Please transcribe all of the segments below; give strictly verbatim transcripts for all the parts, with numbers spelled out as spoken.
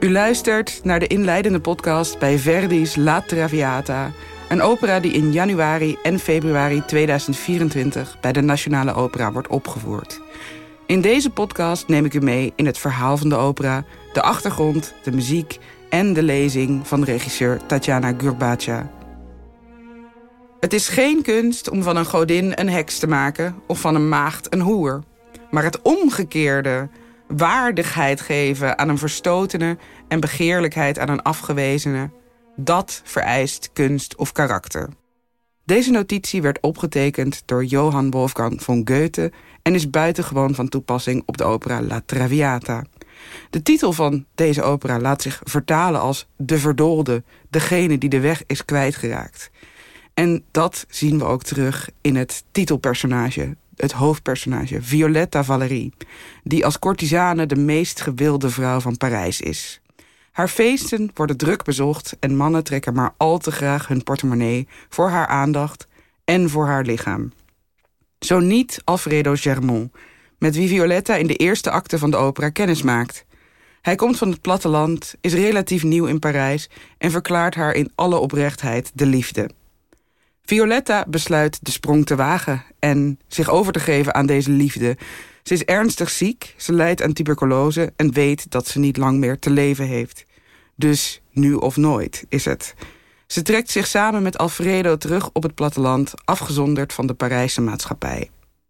U luistert naar de inleidende podcast bij Verdi's La Traviata, een opera die in januari en februari tweeduizend vierentwintig bij de Nationale Opera wordt opgevoerd. In deze podcast neem ik u mee in het verhaal van de opera, de achtergrond, de muziek en de lezing van regisseur Tatjana Gurbacha. Het is geen kunst om van een godin een heks te maken of van een maagd een hoer. Maar het omgekeerde, waardigheid geven aan een verstotene en begeerlijkheid aan een afgewezene, dat vereist kunst of karakter. Deze notitie werd opgetekend door Johann Wolfgang von Goethe en is buitengewoon van toepassing op de opera La Traviata. De titel van deze opera laat zich vertalen als de verdoolde, degene die de weg is kwijtgeraakt. En dat zien we ook terug in het titelpersonage, het hoofdpersonage, Violetta Valérie, die als courtisane de meest gewilde vrouw van Parijs is. Haar feesten worden druk bezocht en mannen trekken maar al te graag hun portemonnee voor haar aandacht en voor haar lichaam. Zo niet Alfredo Germont, met wie Violetta in de eerste acte van de opera kennis maakt. Hij komt van het platteland, is relatief nieuw in Parijs en verklaart haar in alle oprechtheid de liefde. Violetta besluit de sprong te wagen en zich over te geven aan deze liefde. Ze is ernstig ziek, ze lijdt aan tuberculose en weet dat ze niet lang meer te leven heeft. Dus nu of nooit is het. Ze trekt zich samen met Alfredo terug op het platteland, afgezonderd van de Parijse maatschappij.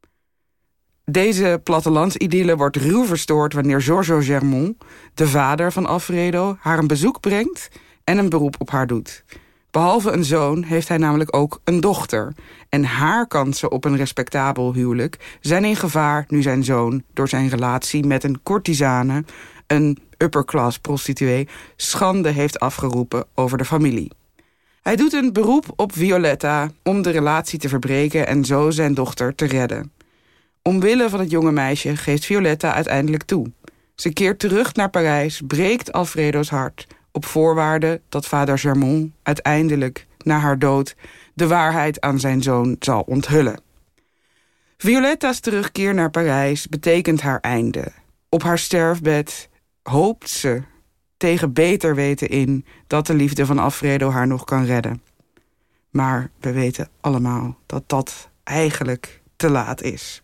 Deze plattelandsidylle wordt ruw verstoord wanneer Giorgio Germont, de vader van Alfredo, haar een bezoek brengt en een beroep op haar doet. Behalve een zoon heeft hij namelijk ook een dochter. En haar kansen op een respectabel huwelijk zijn in gevaar nu zijn zoon door zijn relatie met een courtisane, een upper-class prostituee, schande heeft afgeroepen over de familie. Hij doet een beroep op Violetta om de relatie te verbreken en zo zijn dochter te redden. Omwille van het jonge meisje geeft Violetta uiteindelijk toe. Ze keert terug naar Parijs, breekt Alfredo's hart, op voorwaarde dat vader Germont uiteindelijk, na haar dood, de waarheid aan zijn zoon zal onthullen. Violetta's terugkeer naar Parijs betekent haar einde. Op haar sterfbed hoopt ze, tegen beter weten in, dat de liefde van Alfredo haar nog kan redden. Maar we weten allemaal dat dat eigenlijk te laat is.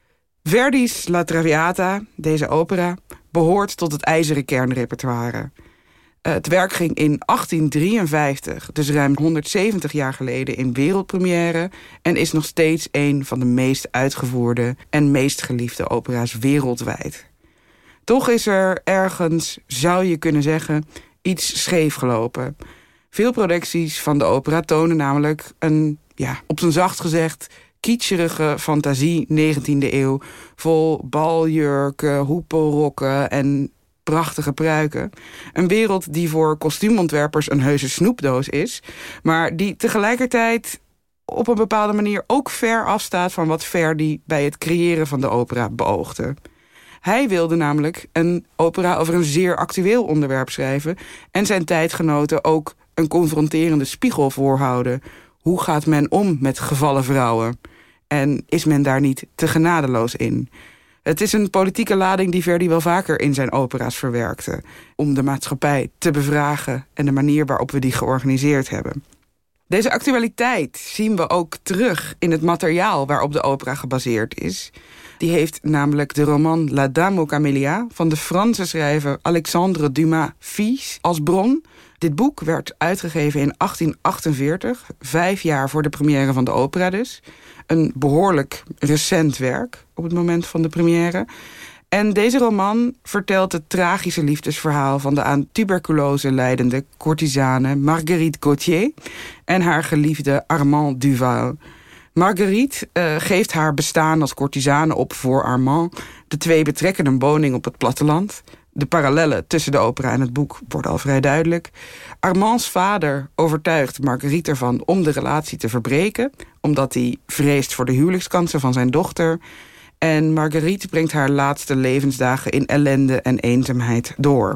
Verdi's La Traviata, deze opera, behoort tot het ijzeren kernrepertoire. Het werk ging in achttien drieënvijftig, dus ruim honderdzeventig jaar geleden, in wereldpremière en is nog steeds een van de meest uitgevoerde en meest geliefde opera's wereldwijd. Toch is er ergens, zou je kunnen zeggen, iets scheef gelopen. Veel producties van de opera tonen namelijk een, ja, op zijn zacht gezegd, kitscherige fantasie negentiende eeuw, vol baljurken, hoepelrokken en prachtige pruiken. Een wereld die voor kostuumontwerpers een heuse snoepdoos is, maar die tegelijkertijd op een bepaalde manier ook ver afstaat van wat Verdi bij het creëren van de opera beoogde. Hij wilde namelijk een opera over een zeer actueel onderwerp schrijven en zijn tijdgenoten ook een confronterende spiegel voorhouden. Hoe gaat men om met gevallen vrouwen? En is men daar niet te genadeloos in? Het is een politieke lading die Verdi wel vaker in zijn opera's verwerkte, om de maatschappij te bevragen en de manier waarop we die georganiseerd hebben. Deze actualiteit zien we ook terug in het materiaal waarop de opera gebaseerd is. Die heeft namelijk de roman La Dame aux Camélias van de Franse schrijver Alexandre Dumas fils als bron. Dit boek werd uitgegeven in achttien achtenveertig, vijf jaar voor de première van de opera dus. Een behoorlijk recent werk op het moment van de première. En deze roman vertelt het tragische liefdesverhaal van de aan tuberculose lijdende courtisane Marguerite Gauthier en haar geliefde Armand Duval. Marguerite uh, geeft haar bestaan als courtisane op voor Armand. De twee betrekken een woning op het platteland. De parallellen tussen de opera en het boek worden al vrij duidelijk. Armands vader overtuigt Marguerite ervan om de relatie te verbreken, omdat hij vreest voor de huwelijkskansen van zijn dochter. En Marguerite brengt haar laatste levensdagen in ellende en eenzaamheid door.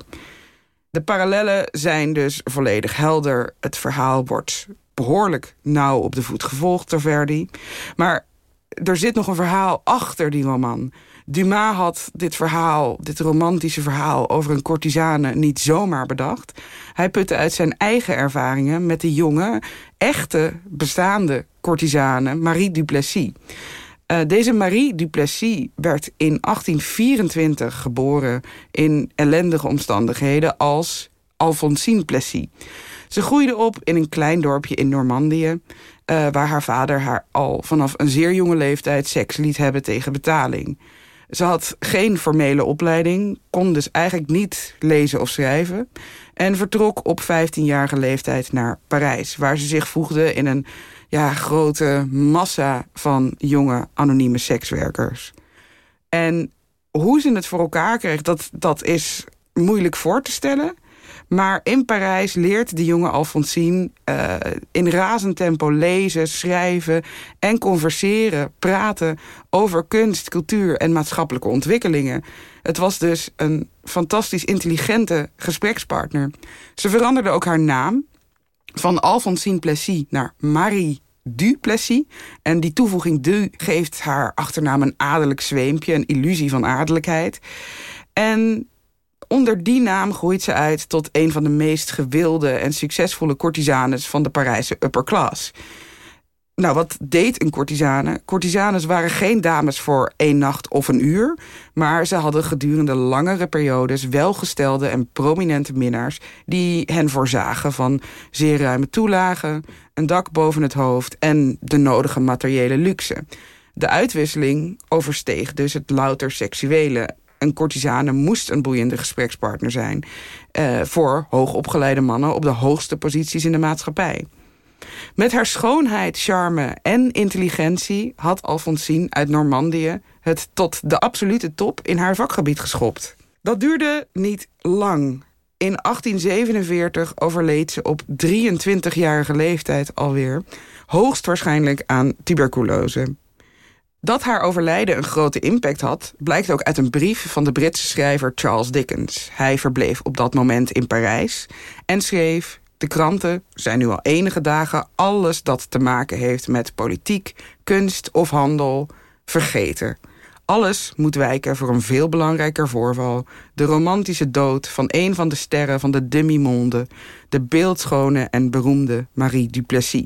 De parallellen zijn dus volledig helder. Het verhaal wordt behoorlijk nauw op de voet gevolgd door Verdi. Maar er zit nog een verhaal achter die roman. Dumas had dit verhaal, dit romantische verhaal over een courtisane niet zomaar bedacht. Hij putte uit zijn eigen ervaringen met de jonge, echte, bestaande courtisane Marie Duplessis. Uh, deze Marie Duplessis werd in achttien vierentwintig geboren in ellendige omstandigheden als Alphonsine Plessis. Ze groeide op in een klein dorpje in Normandië, uh, waar haar vader haar al vanaf een zeer jonge leeftijd seks liet hebben tegen betaling. Ze had geen formele opleiding, kon dus eigenlijk niet lezen of schrijven en vertrok op vijftienjarige leeftijd naar Parijs, waar ze zich voegde in een ja, grote massa van jonge anonieme sekswerkers. En hoe ze het voor elkaar kreeg, dat, dat is moeilijk voor te stellen. Maar in Parijs leert de jonge Alphonsine uh, in razend tempo lezen, schrijven en converseren, praten over kunst, cultuur en maatschappelijke ontwikkelingen. Het was dus een fantastisch intelligente gesprekspartner. Ze veranderde ook haar naam van Alphonsine Plessis naar Marie Duplessis. En die toevoeging du geeft haar achternaam een adellijk zweempje, een illusie van adellijkheid. En onder die naam groeit ze uit tot een van de meest gewilde en succesvolle courtisanes van de Parijse upper class. Nou, wat deed een courtisane? Courtisanes waren geen dames voor één nacht of een uur, maar ze hadden gedurende langere periodes welgestelde en prominente minnaars die hen voorzagen van zeer ruime toelagen, een dak boven het hoofd en de nodige materiële luxe. De uitwisseling oversteeg dus het louter seksuele. Een courtisane moest een boeiende gesprekspartner zijn uh, voor hoogopgeleide mannen op de hoogste posities in de maatschappij. Met haar schoonheid, charme en intelligentie had Alphonsine uit Normandië het tot de absolute top in haar vakgebied geschopt. Dat duurde niet lang. In achttien zevenenveertig overleed ze op drieëntwintigjarige leeftijd alweer, hoogstwaarschijnlijk aan tuberculose. Dat haar overlijden een grote impact had, blijkt ook uit een brief van de Britse schrijver Charles Dickens. Hij verbleef op dat moment in Parijs en schreef: de kranten zijn nu al enige dagen alles dat te maken heeft met politiek, kunst of handel vergeten. Alles moet wijken voor een veel belangrijker voorval: de romantische dood van een van de sterren van de demi-monde, de beeldschone en beroemde Marie Duplessis.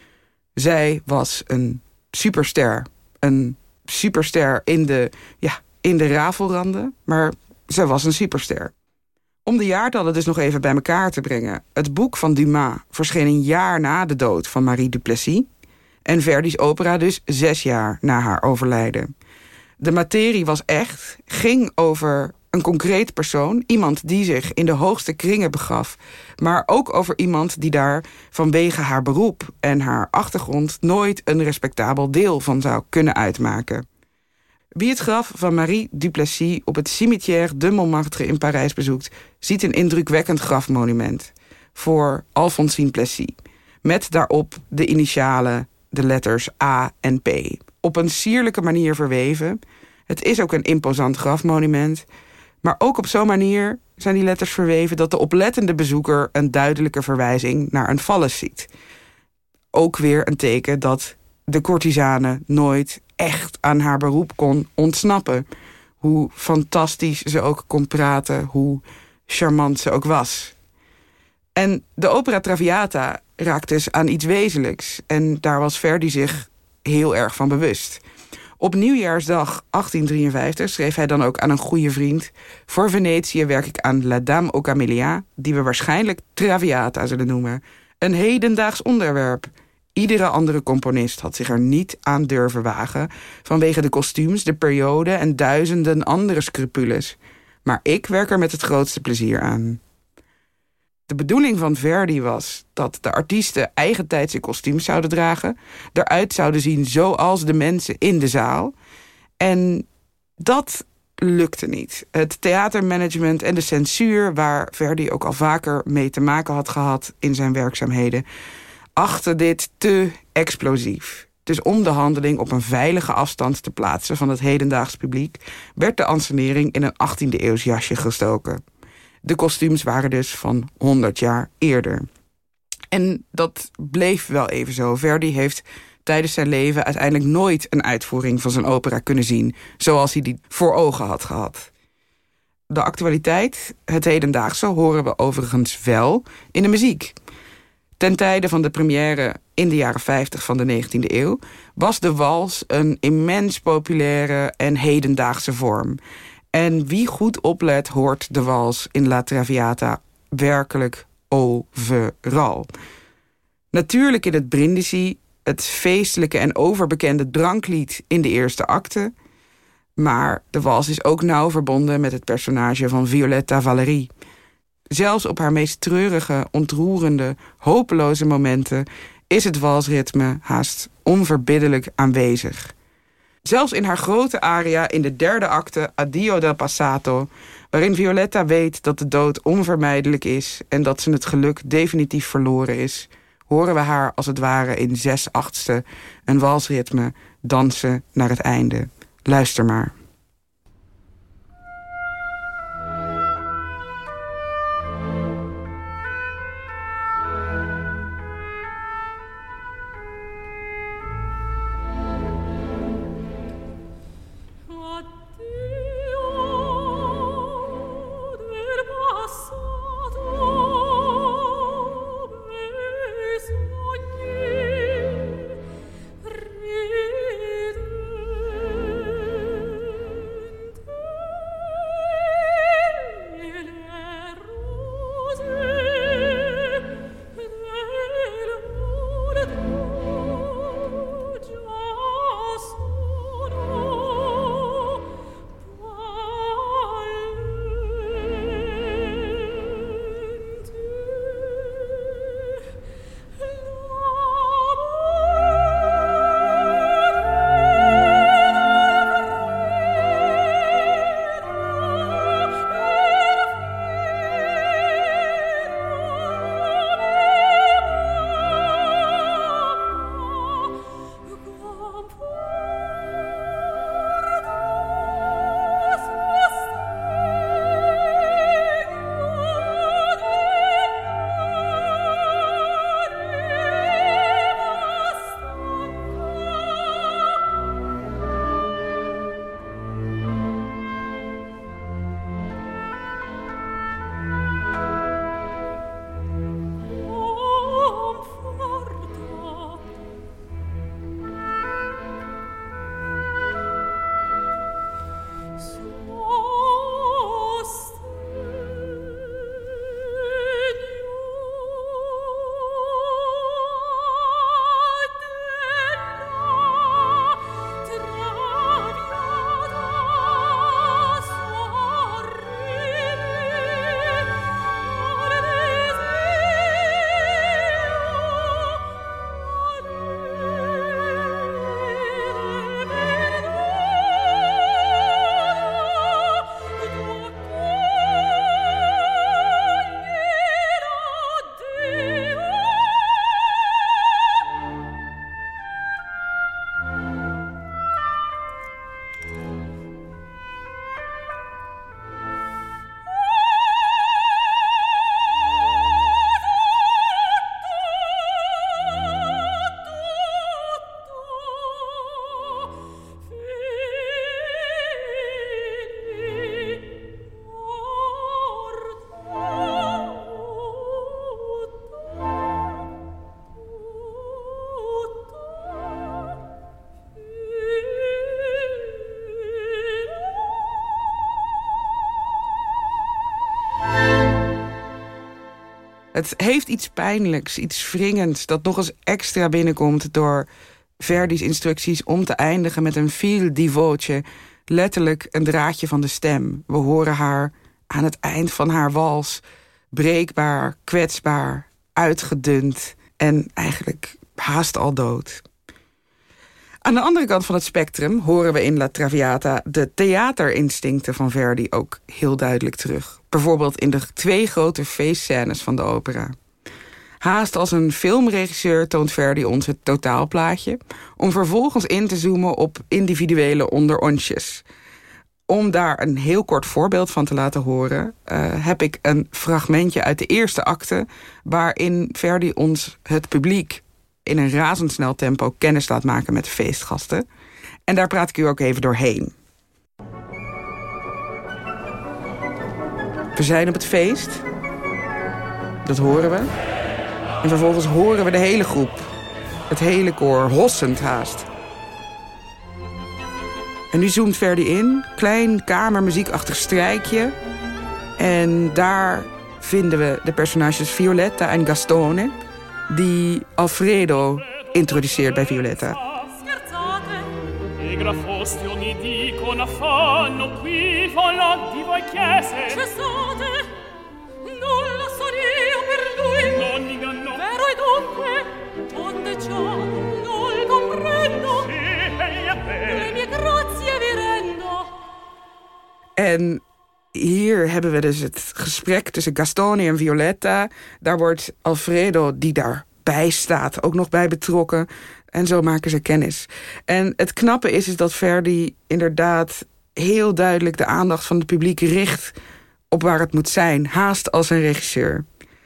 Zij was een superster. Een superster in de, ja, in de rafelranden, maar zij was een superster. Om de jaartallen dus nog even bij elkaar te brengen. Het boek van Dumas verscheen een jaar na de dood van Marie Duplessis en Verdi's opera dus zes jaar na haar overlijden. De materie was echt, ging over een concreet persoon, iemand die zich in de hoogste kringen begaf, maar ook over iemand die daar vanwege haar beroep en haar achtergrond nooit een respectabel deel van zou kunnen uitmaken. Wie het graf van Marie Duplessis op het cimetière de Montmartre in Parijs bezoekt, ziet een indrukwekkend grafmonument voor Alphonsine Plessis, met daarop de initialen, de letters A en P, op een sierlijke manier verweven. Het is ook een imposant grafmonument, maar ook op zo'n manier zijn die letters verweven dat de oplettende bezoeker een duidelijke verwijzing naar een vallus ziet. Ook weer een teken dat de courtisane nooit echt aan haar beroep kon ontsnappen. Hoe fantastisch ze ook kon praten, hoe charmant ze ook was. En de opera Traviata raakt dus aan iets wezenlijks. En daar was Verdi zich heel erg van bewust. Op nieuwjaarsdag achttien drieënvijftig schreef hij dan ook aan een goede vriend: voor Venetië werk ik aan La Dame aux Camélias, die we waarschijnlijk Traviata zullen noemen. Een hedendaags onderwerp. Iedere andere componist had zich er niet aan durven wagen, vanwege de kostuums, de periode en duizenden andere scrupules. Maar ik werk er met het grootste plezier aan. De bedoeling van Verdi was dat de artiesten eigentijdse kostuums zouden dragen, eruit zouden zien zoals de mensen in de zaal. En dat lukte niet. Het theatermanagement en de censuur, waar Verdi ook al vaker mee te maken had gehad in zijn werkzaamheden, achtte dit te explosief. Dus om de handeling op een veilige afstand te plaatsen van het hedendaags publiek, werd de ansenering in een achttiende eeuws jasje gestoken. De kostuums waren dus van honderd jaar eerder. En dat bleef wel even zo. Verdi heeft tijdens zijn leven uiteindelijk nooit een uitvoering van zijn opera kunnen zien, zoals hij die voor ogen had gehad. De actualiteit, het hedendaagse, horen we overigens wel in de muziek. Ten tijde van de première in de jaren vijftig van de negentiende eeuw... was de wals een immens populaire en hedendaagse vorm. En wie goed oplet, hoort de wals in La Traviata werkelijk overal. Natuurlijk in het Brindisi, het feestelijke en overbekende dranklied in de eerste acte. Maar de wals is ook nauw verbonden met het personage van Violetta Valerie. Zelfs op haar meest treurige, ontroerende, hopeloze momenten is het walsritme haast onverbiddelijk aanwezig. Zelfs in haar grote aria in de derde acte Addio del Passato, waarin Violetta weet dat de dood onvermijdelijk is en dat ze het geluk definitief verloren is, horen we haar als het ware in zes achtste een walsritme dansen naar het einde. Luister maar. Het heeft iets pijnlijks, iets wringends, dat nog eens extra binnenkomt door Verdi's instructies om te eindigen met een fil di voce, letterlijk een draadje van de stem. We horen haar aan het eind van haar wals breekbaar, kwetsbaar, uitgedund en eigenlijk haast al dood. Aan de andere kant van het spectrum horen we in La Traviata de theaterinstincten van Verdi ook heel duidelijk terug. Bijvoorbeeld in de twee grote feestscènes van de opera. Haast als een filmregisseur toont Verdi ons het totaalplaatje, om vervolgens in te zoomen op individuele onderonsjes. Om daar een heel kort voorbeeld van te laten horen, uh, heb ik een fragmentje uit de eerste acte, waarin Verdi ons het publiek in een razendsnel tempo kennis laat maken met de feestgasten. En daar praat ik u ook even doorheen. We zijn op het feest. Dat horen we. En vervolgens horen we de hele groep. Het hele koor, hossend haast. En nu zoomt Verdi in. Klein kamermuziekachtig strijkje. En daar vinden we de personages Violetta en Gastone, die Alfredo introduceert bij Violetta. En hier hebben we dus het gesprek tussen Gastone en Violetta. Daar wordt Alfredo, die daarbij staat, ook nog bij betrokken. En zo maken ze kennis. En het knappe is, is dat Verdi inderdaad heel duidelijk de aandacht van het publiek richt op waar het moet zijn. Haast als een regisseur.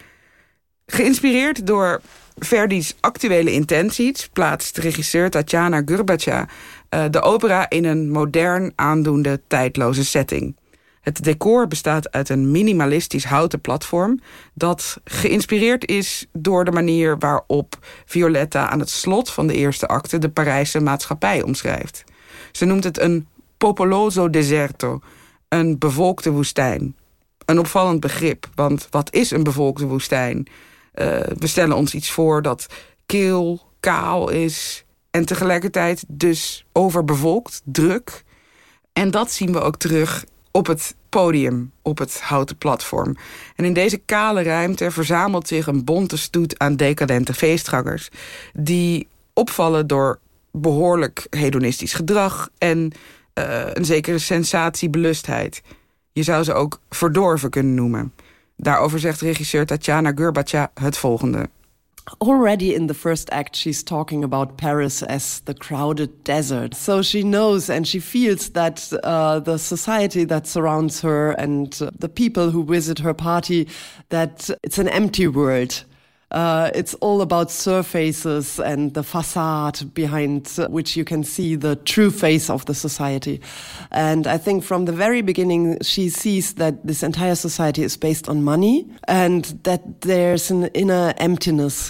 Geïnspireerd door Verdi's actuele intenties plaatst regisseur Tatjana Gurbacha uh, de opera in een modern aandoende tijdloze setting. Het decor bestaat uit een minimalistisch houten platform dat geïnspireerd is door de manier waarop Violetta aan het slot van de eerste acte de Parijse maatschappij omschrijft. Ze noemt het een popoloso deserto, een bevolkte woestijn. Een opvallend begrip, want wat is een bevolkte woestijn? Uh, we stellen ons iets voor dat kil, kaal is en tegelijkertijd dus overbevolkt, druk. En dat zien we ook terug op het podium, op het houten platform. En in deze kale ruimte verzamelt zich een bonte stoet aan decadente feestgangers, die opvallen door behoorlijk hedonistisch gedrag en uh, een zekere sensatiebelustheid. Je zou ze ook verdorven kunnen noemen. Daarover zegt regisseur Tatjana Gurbacha het volgende. Already in the first act, she's talking about Paris as the crowded desert. So she knows and she feels that uh, the society that surrounds her and uh, the people who visit her party, that it's an empty world. Uh, it's all about surfaces and the facade behind which you can see the true face of the society. And I think from the very beginning, she sees that this entire society is based on money and that there's an inner emptiness.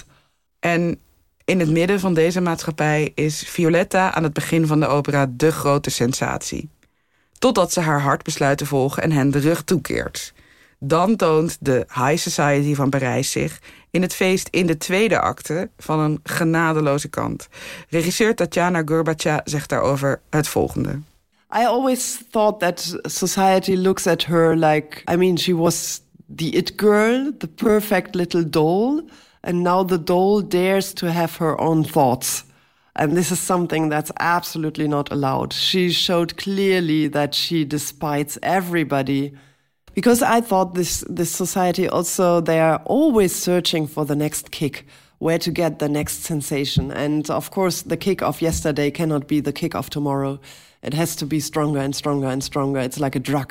En in het midden van deze maatschappij is Violetta aan het begin van de opera de grote sensatie. Totdat ze haar hart besluit te volgen en hen de rug toekeert. Dan toont de high society van Parijs zich in het feest in de tweede acte van een genadeloze kant. Regisseur Tatjana Gurbacha zegt daarover het volgende. I always thought that society looks at her like, I mean, she was the it girl, the perfect little doll, and now the doll dares to have her own thoughts. And this is something that's absolutely not allowed. She showed clearly that she despises everybody. Because I thought this, this society also, they are always searching for the next kick, where to get the next sensation. And of course, the kick of yesterday cannot be the kick of tomorrow. It has to be stronger and stronger and stronger. It's like a drug.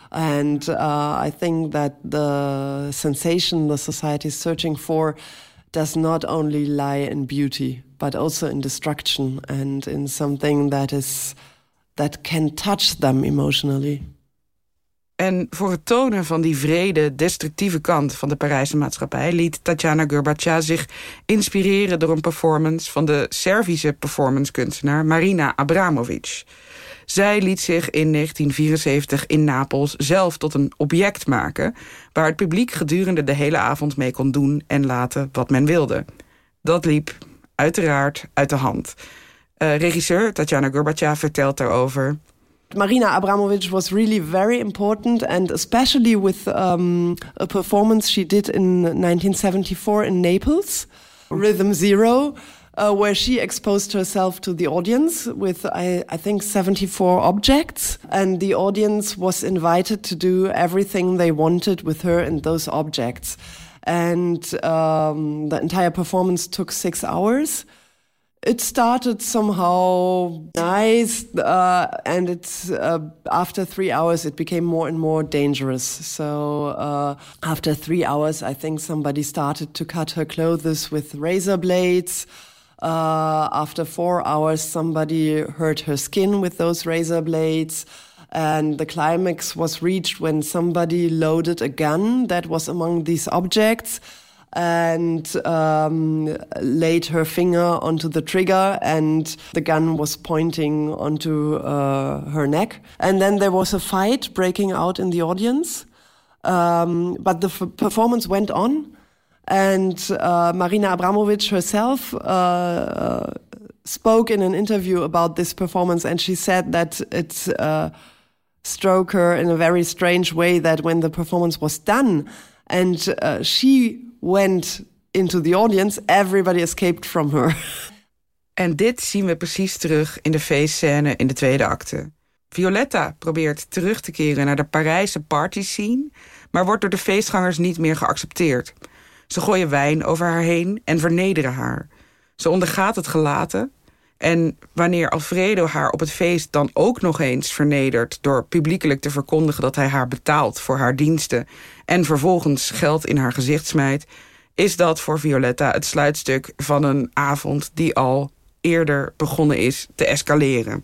And uh, I think that the sensation the society is searching for does not only lie in beauty, but also in destruction and in something that is that can touch them emotionally. En voor het tonen van die wrede, destructieve kant van de Parijse maatschappij liet Tatjana Gurbacha zich inspireren door een performance van de Servische performancekunstenaar Marina Abramovic. Zij liet zich in negentien vierenzeventig in Napels zelf tot een object maken, waar het publiek gedurende de hele avond mee kon doen en laten wat men wilde. Dat liep uiteraard uit de hand. Uh, regisseur Tatjana Gurbacha vertelt daarover. Marina Abramovic was really very important, and especially with um, a performance she did in nineteen seventy-four in Naples, Rhythm Zero, uh, where she exposed herself to the audience with, I, I think, seventy-four objects. And the audience was invited to do everything they wanted with her and those objects. And um, the entire performance took six hours. It started somehow nice, uh, and it's uh, after three hours it became more and more dangerous. So uh, after three hours, I think somebody started to cut her clothes with razor blades. Uh, after four hours, somebody hurt her skin with those razor blades. And the climax was reached when somebody loaded a gun that was among these objects and um, laid her finger onto the trigger, and the gun was pointing onto uh, her neck. And then there was a fight breaking out in the audience. Um, but the f- performance went on, and uh, Marina Abramovic herself uh, uh, spoke in an interview about this performance, and she said that it uh, struck her in a very strange way that when the performance was done and uh, she went into the audience, everybody escaped from her. En dit zien we precies terug in de feestscène in de tweede acte. Violetta probeert terug te keren naar de Parijse party scene, maar wordt door de feestgangers niet meer geaccepteerd. Ze gooien wijn over haar heen en vernederen haar. Ze ondergaat het gelaten. En wanneer Alfredo haar op het feest dan ook nog eens vernedert door publiekelijk te verkondigen dat hij haar betaalt voor haar diensten en vervolgens geld in haar gezicht smijt, is dat voor Violetta het sluitstuk van een avond die al eerder begonnen is te escaleren.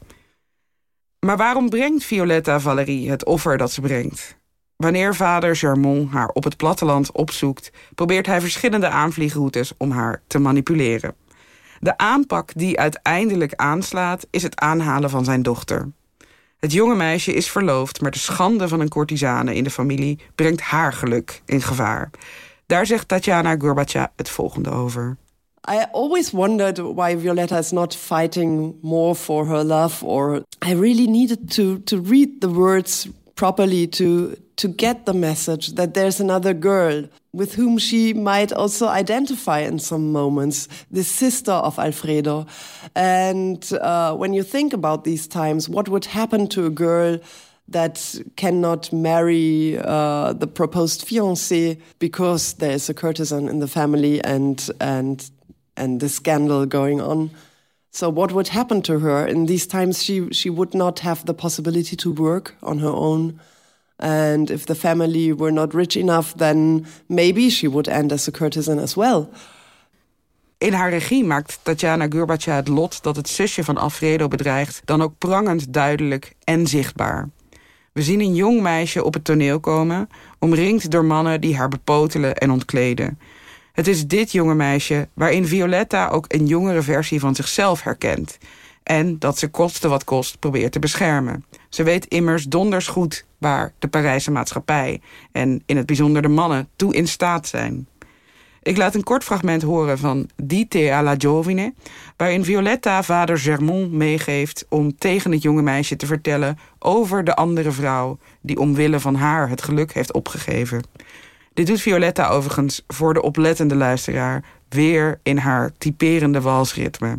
Maar waarom brengt Violetta Valérie het offer dat ze brengt? Wanneer vader Germont haar op het platteland opzoekt, probeert hij verschillende aanvliegroutes om haar te manipuleren. De aanpak die uiteindelijk aanslaat is het aanhalen van zijn dochter. Het jonge meisje is verloofd, maar de schande van een courtisane in de familie brengt haar geluk in gevaar. Daar zegt Tatjana Gorbacheva het volgende over. I always wondered why Violetta is not fighting more for her love, or I really needed to to read the words properly to to get the message that there's another girl with whom she might also identify in some moments, the sister of Alfredo. And uh, when you think about these times, what would happen to a girl that cannot marry uh, the proposed fiancé because there is a courtesan in the family and and and the scandal going on? So what would happen to her in these times? She she would not have the possibility to work on her own. And if the family were not rich enough, then maybe she would end as a courtesan as well. In haar regie maakt Tatjana Gorbacheva het lot dat het zusje van Alfredo bedreigt dan ook prangend duidelijk en zichtbaar. We zien een jong meisje op het toneel komen, omringd door mannen die haar bepotelen en ontkleden. Het is dit jonge meisje waarin Violetta ook een jongere versie van zichzelf herkent. En dat ze koste wat kost probeert te beschermen. Ze weet immers donders goed waar de Parijse maatschappij en in het bijzonder de mannen toe in staat zijn. Ik laat een kort fragment horen van Dite alla Giovine, waarin Violetta vader Germont meegeeft om tegen het jonge meisje te vertellen over de andere vrouw die omwille van haar het geluk heeft opgegeven. Dit doet Violetta overigens voor de oplettende luisteraar weer in haar typerende walsritme.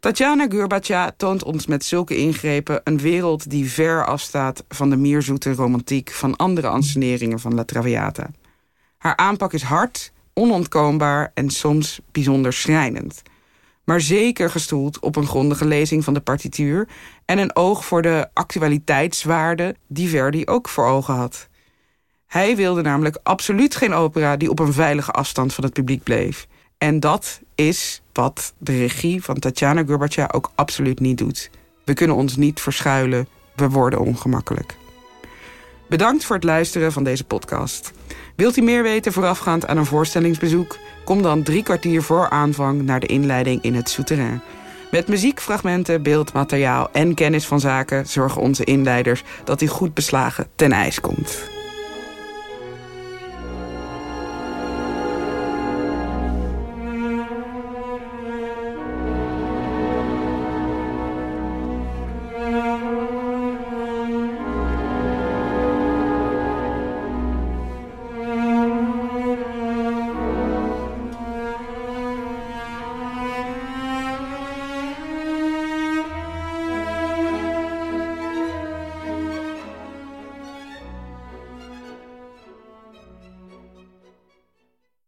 Tatjana Gurbatja toont ons met zulke ingrepen een wereld die ver afstaat van de mierzoete romantiek van andere anseneringen van La Traviata. Haar aanpak is hard, onontkoombaar en soms bijzonder schrijnend. Maar zeker gestoeld op een grondige lezing van de partituur en een oog voor de actualiteitswaarde die Verdi ook voor ogen had. Hij wilde namelijk absoluut geen opera die op een veilige afstand van het publiek bleef. En dat is wat de regie van Tatjana Gurbatja ook absoluut niet doet. We kunnen ons niet verschuilen, we worden ongemakkelijk. Bedankt voor het luisteren van deze podcast. Wilt u meer weten voorafgaand aan een voorstellingsbezoek? Kom dan drie kwartier voor aanvang naar de inleiding in het Souterrain. Met muziekfragmenten, beeldmateriaal en kennis van zaken zorgen onze inleiders dat u goed beslagen ten ijs komt.